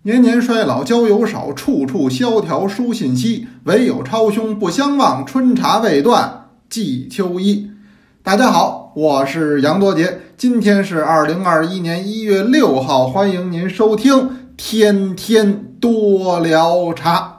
年年衰老交友少，处处萧条书信稀。唯有超兄不相忘，春茶未断寄秋衣。大家好，我是杨多杰，今天是2021年1月6号，欢迎您收听天天多聊茶。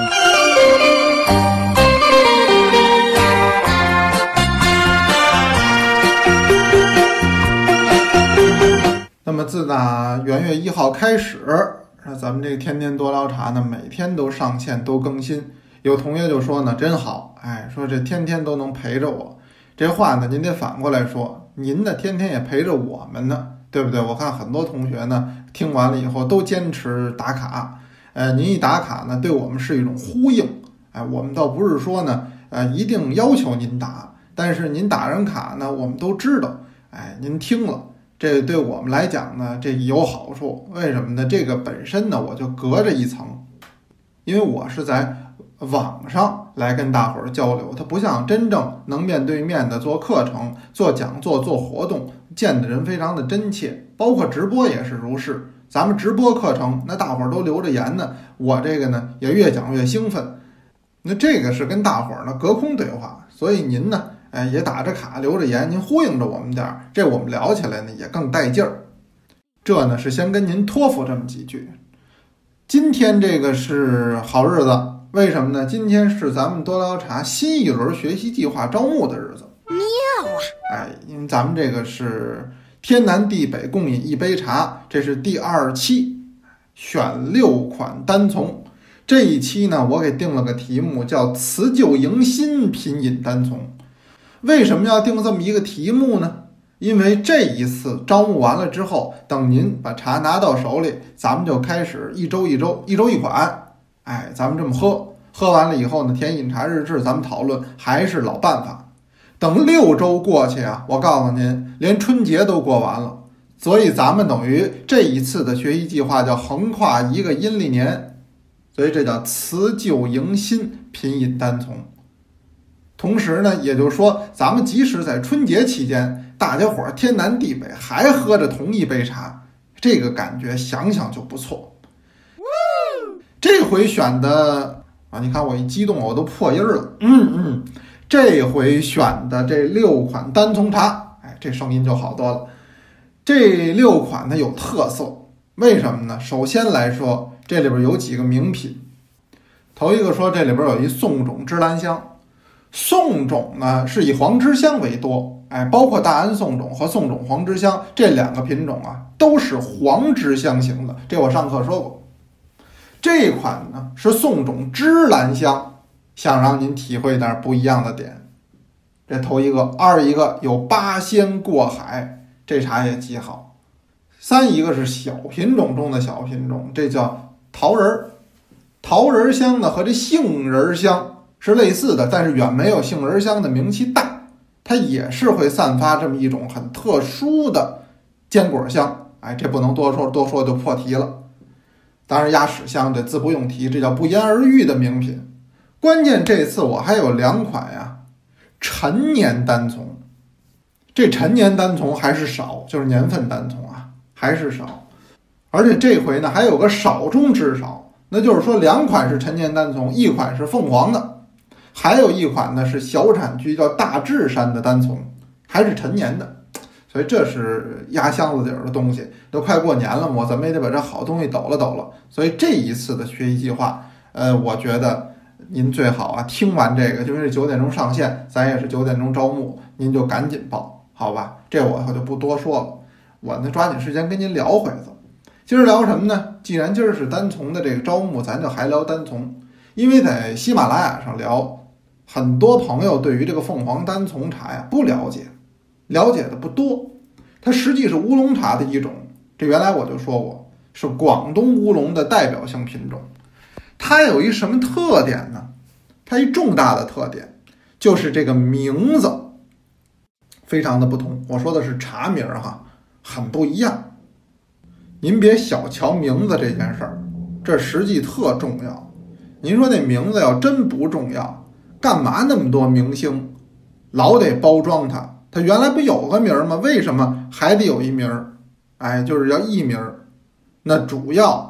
那么自打元月1号开始，咱们这个天天多聊茶呢，每天都上线都更新。有同学就说呢，真好，说这天天都能陪着我。这话呢，您得反过来说，您呢天天也陪着我们呢，对不对？我看很多同学呢，听完了以后都坚持打卡。您一打卡呢，对我们是一种呼应。我们倒不是说呢，一定要求您打，但是您打上卡呢，我们都知道，您听了。这对我们来讲呢，这有好处。为什么呢？这个本身呢，我就隔着一层，因为我是在网上来跟大伙儿交流，它不像真正能面对面的做课程、做讲座、做活动，见的人非常的真切。包括直播也是如是。咱们直播课程，那大伙儿都留着言呢，我这个呢也越讲越兴奋。那这个是跟大伙儿呢隔空对话，所以您呢。也打着卡留着言，您呼应着我们点儿，这我们聊起来呢也更带劲儿。这呢是先跟您托付这么几句。今天这个是好日子，为什么呢？今天是咱们多聊茶新一轮学习计划招募的日子。 妙啊！ 因为咱们这个是天南地北共饮一杯茶，这是第2期，选6款单丛。这一期呢，我给定了个题目，叫辞旧迎新品饮单丛。为什么要定这么一个题目呢？因为这一次招募完了之后，等您把茶拿到手里，咱们就开始一周一款，咱们这么喝完了以后呢，填饮茶日志，咱们讨论，还是老办法。等6周过去啊，我告诉您，连春节都过完了，所以咱们等于这一次的学习计划叫横跨一个阴历年，所以这叫辞旧迎新品饮单丛。同时呢，也就是说，咱们即使在春节期间，大家伙儿天南地北还喝着同一杯茶，这个感觉想想就不错。这回选的你看我一激动，我都破音了。这回选的这6款单丛茶，这声音就好多了。这6款呢有特色，为什么呢？首先来说，这里边有几个名品。头一个说，这里边有一宋种芝兰香。宋种呢是以黄芝香为多，包括大安宋种和宋种黄芝香这2个品种啊，都是黄芝香型的，这我上课说过。这款呢是宋种芝兰香，想让您体会点不一样的点。这头一个，二一个有八仙过海，这茶也极好。三一个是小品种中的小品种，这叫桃仁。桃仁香呢和这杏仁香是类似的，但是远没有杏仁香的名气大，它也是会散发这么一种很特殊的坚果香。这不能多说就破题了。当然鸭屎香这自不用提，这叫不言而喻的名品。关键这次我还有2款呀，陈年单丛。这陈年单丛还是少，就是年份单丛啊，还是少。而且这回呢还有个少中之少，那就是说2款是陈年单丛，一款是凤凰的。还有一款呢是小产区叫大智山的单丛，还是陈年的，所以这是压箱子底儿的东西。都快过年了嘛，咱们也得把这好东西抖了。所以这一次的学习计划，我觉得您最好啊听完这个，因为9点钟上线，咱也是9点钟招募，您就赶紧报，好吧？这我就不多说了，我呢抓紧时间跟您聊会子。今儿聊什么呢？既然今儿是单丛的这个招募，咱就还聊单丛，因为在喜马拉雅上聊。很多朋友对于这个凤凰单丛茶呀不了解，了解的不多。它实际是乌龙茶的一种，这原来我就说过，是广东乌龙的代表性品种。它有一什么特点呢？它一重大的特点就是这个名字非常的不同。我说的是茶名很不一样。您别小瞧名字这件事儿，这实际特重要。您说那名字要真不重要，干嘛那么多明星老得包装它？它原来不有个名吗？为什么还得有一名？就是要艺名。那主要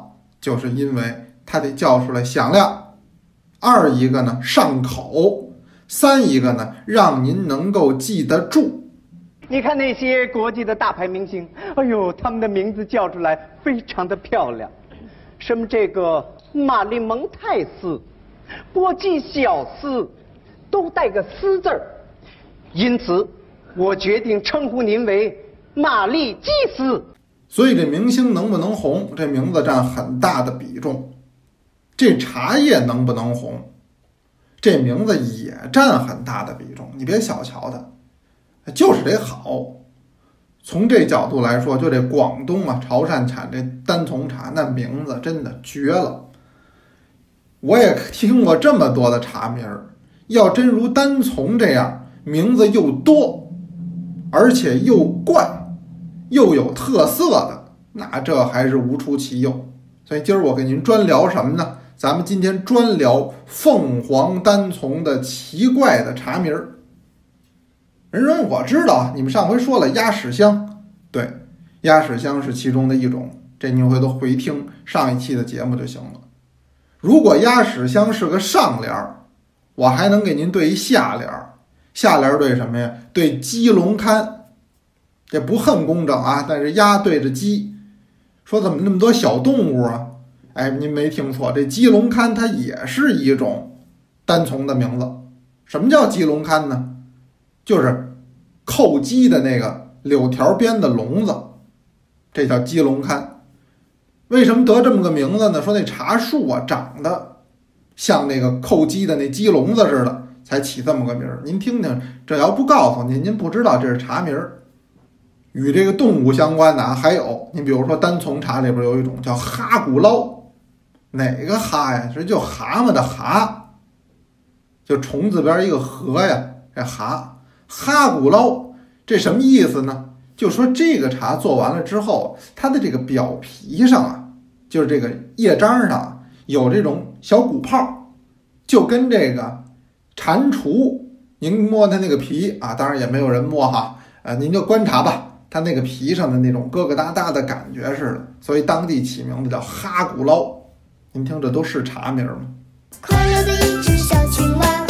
就是因为它得叫出来响亮，二一个呢上口，三一个呢让您能够记得住。 你看那些国际的大牌明星，哎呦，他们的名字叫出来非常的漂亮，什么这个玛丽蒙泰斯、波基小斯，都带个斯字儿，因此我决定称呼您为玛丽基斯。 所以这明星能不能红，这名字占很大的比重。这茶叶能不能红，这名字也占很大的比重。你别小瞧它，就是得好。从这角度来说，就这广东啊潮汕产这单丛茶，那名字真的绝了。我也听过这么多的茶名，要真如单丛这样名字又多而且又怪又有特色的，那这还是无出其右。所以今儿我给您专聊什么呢？咱们今天专聊凤凰单丛的奇怪的茶名。人说我知道，你们上回说了鸭屎香，对，鸭屎香是其中的一种，这您回头回听上一期的节目就行了。如果鸭屎香是个上联，我还能给您对一下联，下联对什么呀？对鸡笼堪。这不很工整啊，但是鸭对着鸡，说怎么那么多小动物啊？哎，您没听错，这鸡笼堪它也是一种单丛的名字。什么叫鸡笼堪呢？就是扣鸡的那个柳条边的笼子，这叫鸡笼堪。为什么得这么个名字呢？说那茶树啊长得像那个扣鸡的那鸡笼子似的，才起这么个名儿。您听听，这要不告诉您，您不知道这是茶名儿。与这个动物相关的啊，还有你比如说单丛茶里边有一种叫哈骨捞，哪个哈呀？这就蛤蟆的蛤，就虫字边一个禾呀，这蛤哈骨捞，这什么意思呢？就说这个茶做完了之后，它的这个表皮上啊，就是这个叶章上有这种小鼓泡，就跟这个蟾蜍，您摸它那个皮啊，当然也没有人摸哈，您就观察吧。它那个皮上的那种疙疙瘩瘩的感觉似的，所以当地起名字叫哈骨捞。您听这都是茶名吗？ 快乐的一只小青蛙，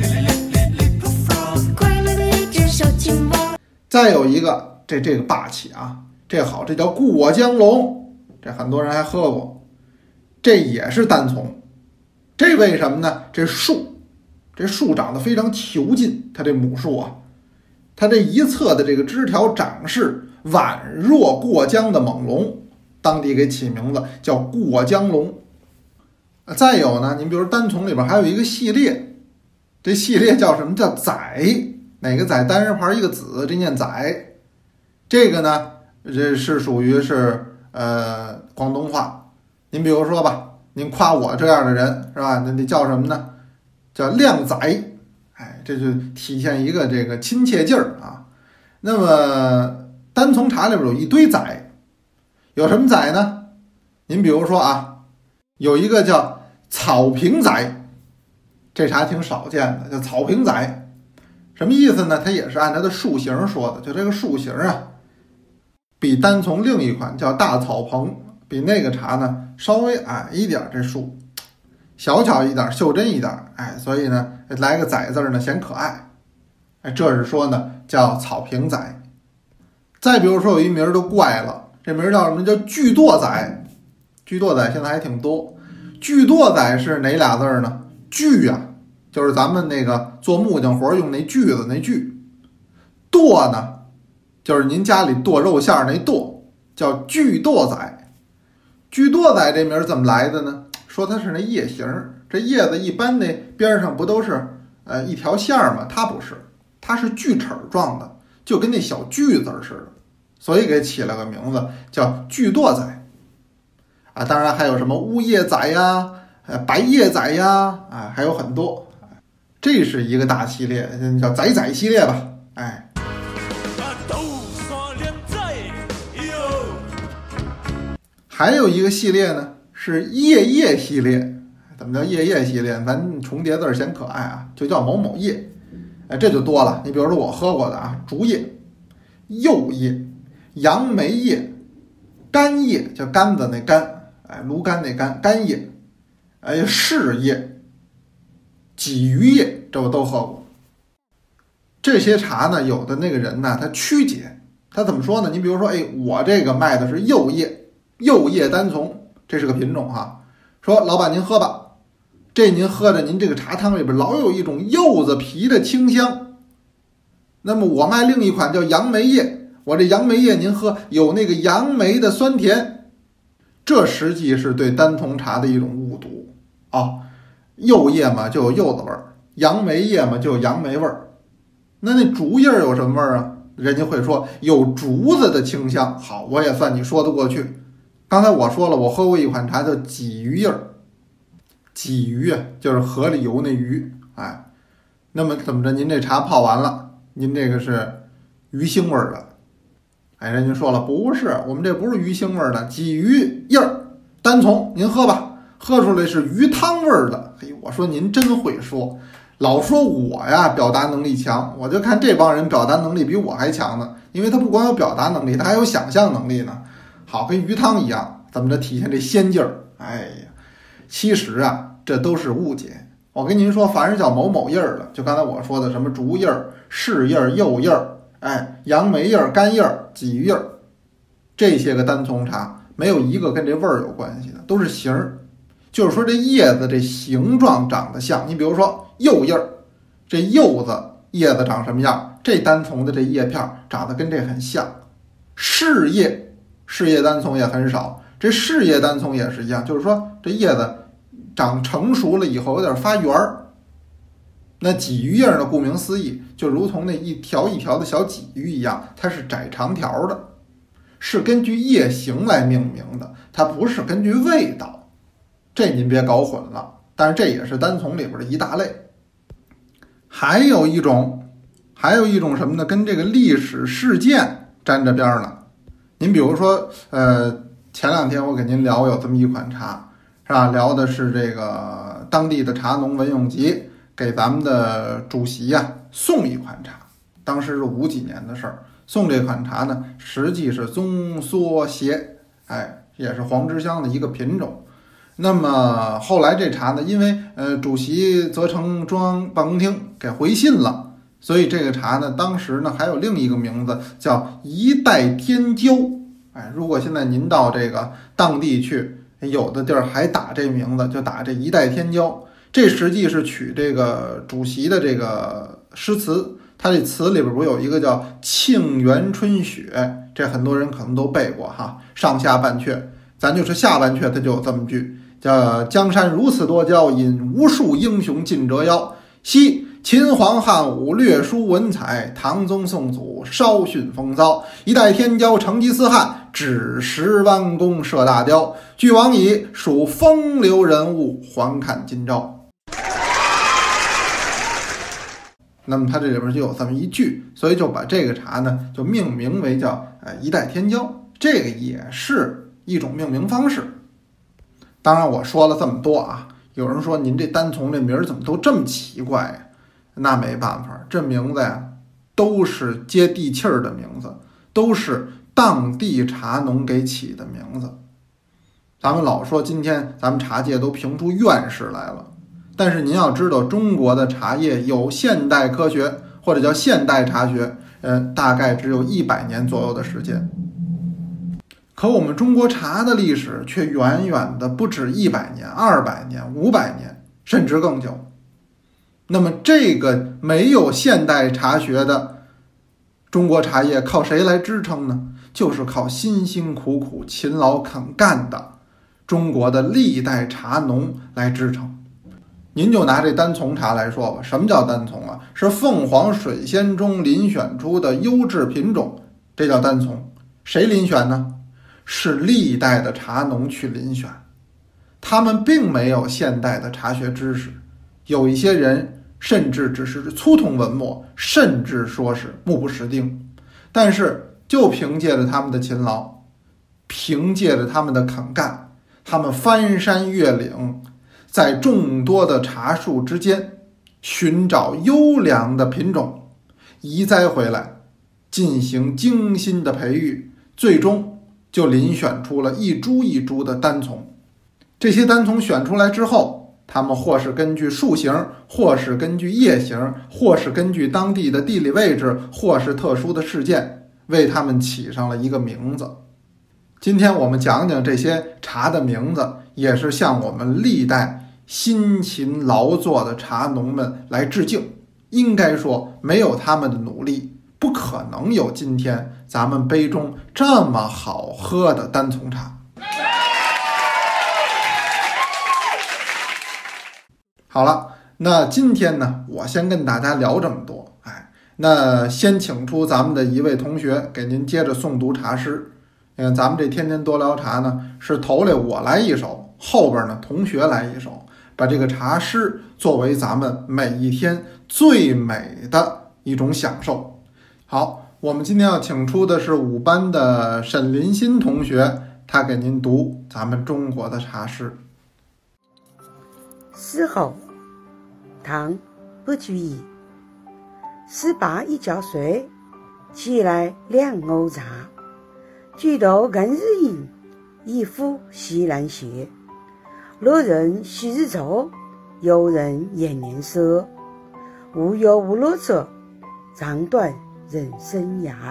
快乐的一只小青蛙。 再有一个，这个霸气啊，这好，这叫过江龙，这很多人还喝过，这也是单丛。这为什么呢？这树长得非常遒劲，它这母树啊。它这一侧的这个枝条长势宛若过江的猛龙，当地给起名字叫过江龙。再有呢，您比如单丛里边还有一个系列，这系列叫什么？叫仔，哪个仔？单人旁一个子，这念仔。这个呢，这是属于是广东话。您比如说吧，您夸我这样的人是吧？那叫什么呢？叫靓仔。哎，这就体现一个这个亲切劲儿啊。那么单丛茶里边有一堆仔，有什么仔呢？您比如说啊，有一个叫草坪仔，这茶挺少见的，叫草坪仔。什么意思呢？它也是按它的树形说的，就这个树形啊，比单丛另一款叫大草棚，比那个茶呢稍微矮一点，这树小巧一点，袖珍一点，哎，所以呢来个仔字呢显可爱，哎，这是说呢叫草坪仔。再比如说有一名就怪了，这名叫什么？叫锯垛仔。锯垛仔现在还挺多。锯垛仔是哪俩字呢？锯啊，就是咱们那个做木匠活用那锯子那锯。垛呢，就是您家里剁肉馅那剁，叫锯垛仔。锯垛仔这名怎么来的呢？说它是那叶形，这叶子一般那边上不都是一条线吗？它不是，它是锯齿状的，就跟那小锯子似的，所以给起了个名字叫锯垛仔啊。当然还有什么乌叶仔呀、白叶仔呀，啊，还有很多。这是一个大系列，叫仔仔系列吧，哎。还有一个系列呢，是叶叶系列。怎么叫叶叶系列？咱重叠字显可爱啊，就叫某某叶。哎，这就多了。你比如说我喝过的啊，竹叶、柚叶、杨梅叶、干叶，叫柑子那柑， 芦甘那干叶，柿叶、鲫鱼叶，这我都喝过。这些茶呢，有的那个人呢，他曲解，他怎么说呢？你比如说，我这个卖的是柚叶单丛，这是个品种哈。说老板您喝吧，这您喝着，您这个茶汤里边老有一种柚子皮的清香。那么我卖另一款叫杨梅叶，我这杨梅叶您喝有那个杨梅的酸甜，这实际是对单丛茶的一种误读啊。柚叶嘛就有柚子味儿，杨梅叶嘛就有杨梅味儿。那竹叶有什么味儿啊？人家会说有竹子的清香。好，我也算你说得过去。刚才我说了，我喝过一款茶叫鲫鱼叶，鲫鱼啊，就是河里游那鱼。那么怎么着？您这茶泡完了，您这个是鱼腥味儿的。人家说了，不是，我们这不是鱼腥味儿的，鲫鱼叶单丛，您喝吧，喝出来是鱼汤味儿的。我说您真会说。老说我呀表达能力强，我就看这帮人表达能力比我还强呢，因为他不光有表达能力，他还有想象能力呢。好，跟鱼汤一样，怎么着体现这鲜劲儿？其实啊，这都是误解。我跟您说，凡是叫某某叶儿的，就刚才我说的什么竹叶儿、柿叶儿、柚叶儿，杨梅叶儿、干叶儿、鲫鱼叶儿，这些个单丛茶没有一个跟这味儿有关系的，都是形儿。就是说这叶子这形状长得像，你比如说柚叶儿，这柚子叶子长什么样？这单丛的这叶片长得跟这很像。柿叶单丛也很少，这柿叶单丛也是一样，就是说这叶子长成熟了以后有点发圆儿。那鲫鱼叶呢，顾名思义，就如同那一条一条的小鲫鱼一样，它是窄长条的，是根据叶形来命名的，它不是根据味道。这您别搞混了，但是这也是单丛里边的一大类。还有一种什么呢？跟这个历史事件沾着边呢。您比如说，前两天我给您聊有这么一款茶，是吧？聊的是这个当地的茶农文永吉给咱们的主席呀送一款茶，当时是50几年的事儿。送这款茶呢，实际是棕梭协，也是黄之乡的一个品种。那么后来这茶呢，因为主席责成中央办公厅给回信了，所以这个茶呢，当时呢还有另一个名字叫一代天骄。如果现在您到这个当地去，有的地儿还打这名字，就打这一代天骄。这实际是取这个主席的这个诗词，他这词里边不有一个叫庆元春雪，这很多人可能都背过哈，上下半阙，咱就说下半阙它就有这么句，叫江山如此多娇，引无数英雄尽折腰。昔秦皇汉武略输文采，唐宗宋祖稍逊风骚。一代天骄成吉思汗，只识弯弓射大雕。俱往矣，属风流人物，还看今朝。那么它这里边就有这么一句，所以就把这个茶呢就命名为叫一代天骄，这个也是一种命名方式。当然我说了这么多啊，有人说您这单丛这名儿怎么都这么奇怪呀？那没办法，这名字呀都是接地气儿的名字，都是当地茶农给起的名字。咱们老说今天咱们茶界都评出院士来了，但是您要知道，中国的茶叶有现代科学或者叫现代茶学，大概只有100年左右的时间。可我们中国茶的历史却远远的不止100年、200年、500年，甚至更久。那么这个没有现代茶学的中国茶叶靠谁来支撑呢？就是靠辛辛苦苦、勤劳肯干的中国的历代茶农来支撑。您就拿这单丛茶来说吧，什么叫单丛啊？是凤凰水仙中遴选出的优质品种，这叫单丛。谁遴选呢？是历代的茶农去遴选，他们并没有现代的茶学知识，有一些人甚至只是粗通文墨，甚至说是目不识丁，但是就凭借着他们的勤劳，凭借着他们的肯干，他们翻山越岭，在众多的茶树之间寻找优良的品种，移栽回来，进行精心的培育，最终就遴选出了一株一株的单丛。 这些单从选出来之后，他们或是根据树形，或是根据叶形，或是根据当地的地理位置，或是特殊的事件，为他们起上了一个名字。今天我们讲讲这些茶的名字，也是向我们历代辛勤劳作的茶农们来致敬。应该说，没有他们的努力，不可能有今天咱们杯中这么好喝的单丛茶。好了，那今天呢，我先跟大家聊这么多。那先请出咱们的一位同学给您接着诵读茶诗。咱们这天天多聊茶呢，是头来我来一首，后边呢同学来一首，把这个茶诗作为咱们每一天最美的一种享受。好，我们今天要请出的是5班的沈林欣同学，他给您读咱们中国的茶诗。 嘶吼，唐·白居易。司把一觉睡，起来2瓯茶。举头看日影，一呼西南斜。乐人惜日昼，忧人延年色。无忧无乐者，长短人生涯。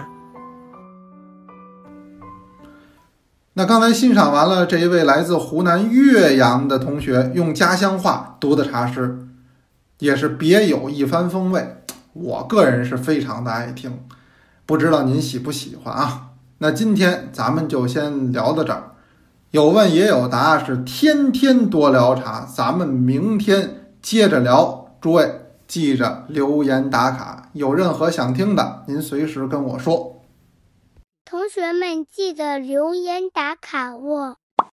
那刚才欣赏完了这一位来自湖南岳阳的同学用家乡话读的茶诗，也是别有一番风味，我个人是非常的爱听，不知道您喜不喜欢啊？那今天咱们就先聊到这儿，有问也有答，是天天多聊茶，咱们明天接着聊。诸位记着留言打卡，有任何想听的您随时跟我说。 同学们记得留言打卡哦。